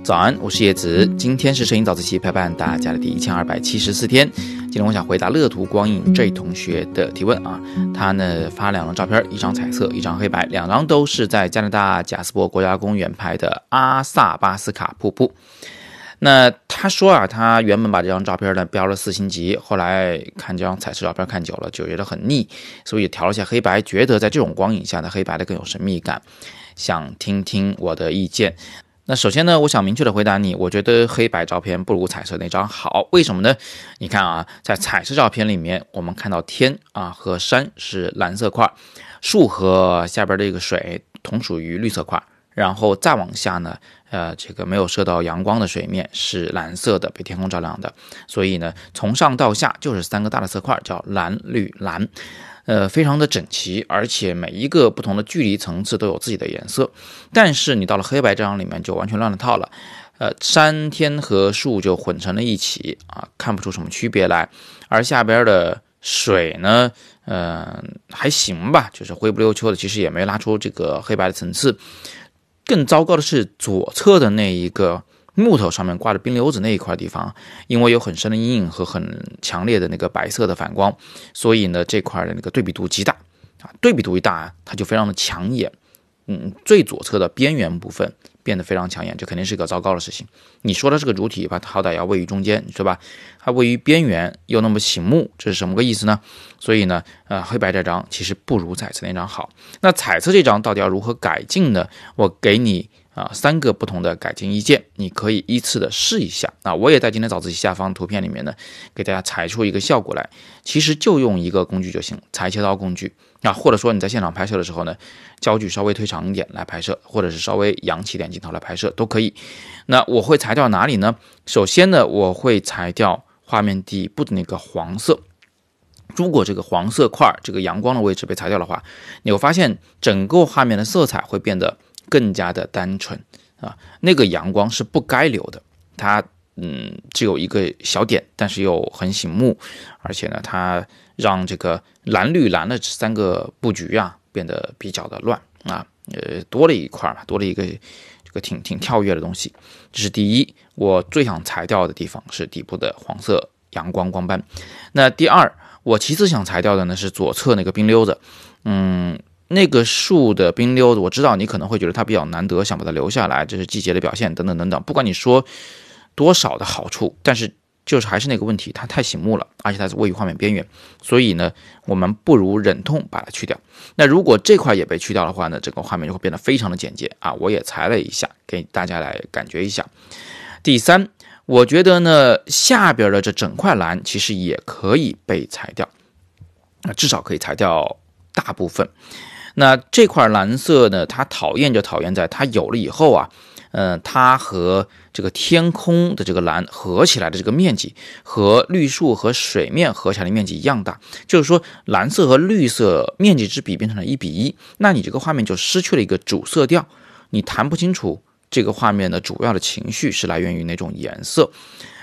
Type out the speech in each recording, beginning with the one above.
早安，我是叶子。今天是摄影早自习陪伴大家的第1274天。今天我想回答乐图光影 J 同学的提问啊，他呢发两张照片，一张彩色，一张黑白，两张都是在加拿大贾斯伯国家公园拍的阿萨巴斯卡瀑布。那他说啊，他原本把这张照片呢标了4星级，后来看这张彩色照片看久了就觉得很腻，所以调了下黑白，觉得在这种光影下的黑白的更有神秘感，想听听我的意见。那首先呢，我想明确的回答你，我觉得黑白照片不如彩色那张好。为什么呢？你看啊，在彩色照片里面，我们看到天啊和山是蓝色块，树和下边这个水同属于绿色块，然后再往下呢，这个没有射到阳光的水面是蓝色的，被天空照亮的。所以呢，从上到下就是3个大的色块，叫蓝绿蓝。非常的整齐，而且每一个不同的距离层次都有自己的颜色。但是你到了黑白这张里面就完全乱了套了，山天和树就混成了一起啊，看不出什么区别来。而下边的水呢，还行吧，就是灰不溜秋的，其实也没拉出这个黑白的层次。更糟糕的是左侧的那一个木头上面挂着冰溜子那一块地方，因为有很深的阴影和很强烈的那个白色的反光，所以呢这块的那个对比度极大啊，对比度一大它就非常的抢眼。最左侧的边缘部分变得非常抢眼，这肯定是个糟糕的事情。你说的这个主体吧，它好歹要位于中间，是吧？它位于边缘又那么醒目，这是什么个意思呢？所以呢，黑白这张其实不如彩色那张好。那彩色这张到底要如何改进呢？我给你3个不同的改进意见，你可以依次的试一下啊。我也在今天早自习下方图片里面呢，给大家裁出一个效果来。其实就用一个工具就行，裁切刀工具啊，或者说你在现场拍摄的时候呢，焦距稍微推长一点来拍摄，或者是稍微扬起点镜头来拍摄都可以。那我会裁掉哪里呢？首先呢，我会裁掉画面底部的那个黄色。如果这个黄色块这个阳光的位置被裁掉的话，你会发现整个画面的色彩会变得更加的单纯啊，那个阳光是不该留的，它只有一个小点，但是又很醒目，而且呢，它让这个蓝绿蓝的3个布局啊变得比较的乱啊，多了一块嘛，多了一个这个挺跳跃的东西。这是第一，我最想裁掉的地方是底部的黄色阳光光斑。那第二，我其次想裁掉的呢是左侧那个冰溜子，那个树的冰溜子，我知道你可能会觉得它比较难得，想把它留下来，这是季节的表现等等等等。不管你说多少的好处，但是就是还是那个问题，它太醒目了，而且它是位于画面边缘，所以呢，我们不如忍痛把它去掉。那如果这块也被去掉的话呢，整个画面就会变得非常的简洁啊。我也裁了一下，给大家来感觉一下。第三，我觉得呢，下边的这整块蓝其实也可以被裁掉，至少可以裁掉大部分。那这块蓝色呢，它讨厌就讨厌在它有了以后啊，它和这个天空的这个蓝合起来的这个面积和绿树和水面合起来的面积一样大，就是说蓝色和绿色面积之比变成了1:1，那你这个画面就失去了一个主色调，你谈不清楚这个画面的主要的情绪是来源于哪种颜色。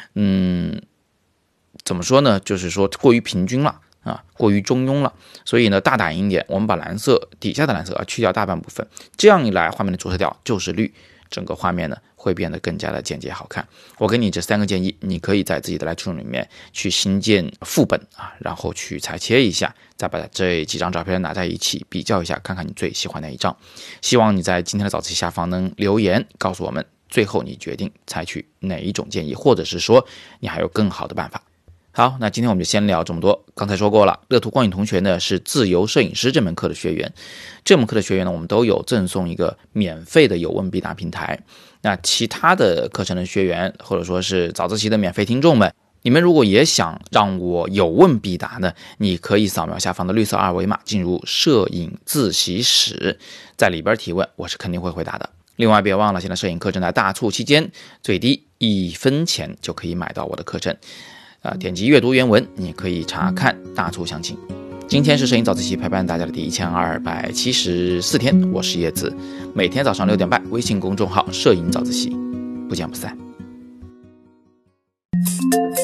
怎么说呢？就是说过于平均了啊，过于中庸了，所以呢，大胆一点，我们把蓝色底下的蓝色去掉大半部分，这样一来，画面的主色调就是绿，整个画面呢会变得更加的简洁好看。我给你这3个建议，你可以在自己的 Lightroom 里面去新建副本啊，然后去裁切一下，再把这几张照片拿在一起比较一下，看看你最喜欢哪一张。希望你在今天的早自习下方能留言告诉我们，最后你决定采取哪一种建议，或者是说你还有更好的办法。好，那今天我们就先聊这么多。刚才说过了，乐图光影同学呢是自由摄影师这门课的学员，这门课的学员呢我们都有赠送一个免费的有问必答平台。那其他的课程的学员或者说是早自习的免费听众们，你们如果也想让我有问必答呢，你可以扫描下方的绿色二维码进入摄影自习室，在里边提问，我是肯定会回答的。另外别忘了，现在摄影课正在大促期间，最低1分钱就可以买到我的课程。点击阅读原文，你可以查看大促详情。今天是摄影早自习陪伴大家的第1274天，我是叶子，每天早上6点半，微信公众号摄影早自习，不见不散。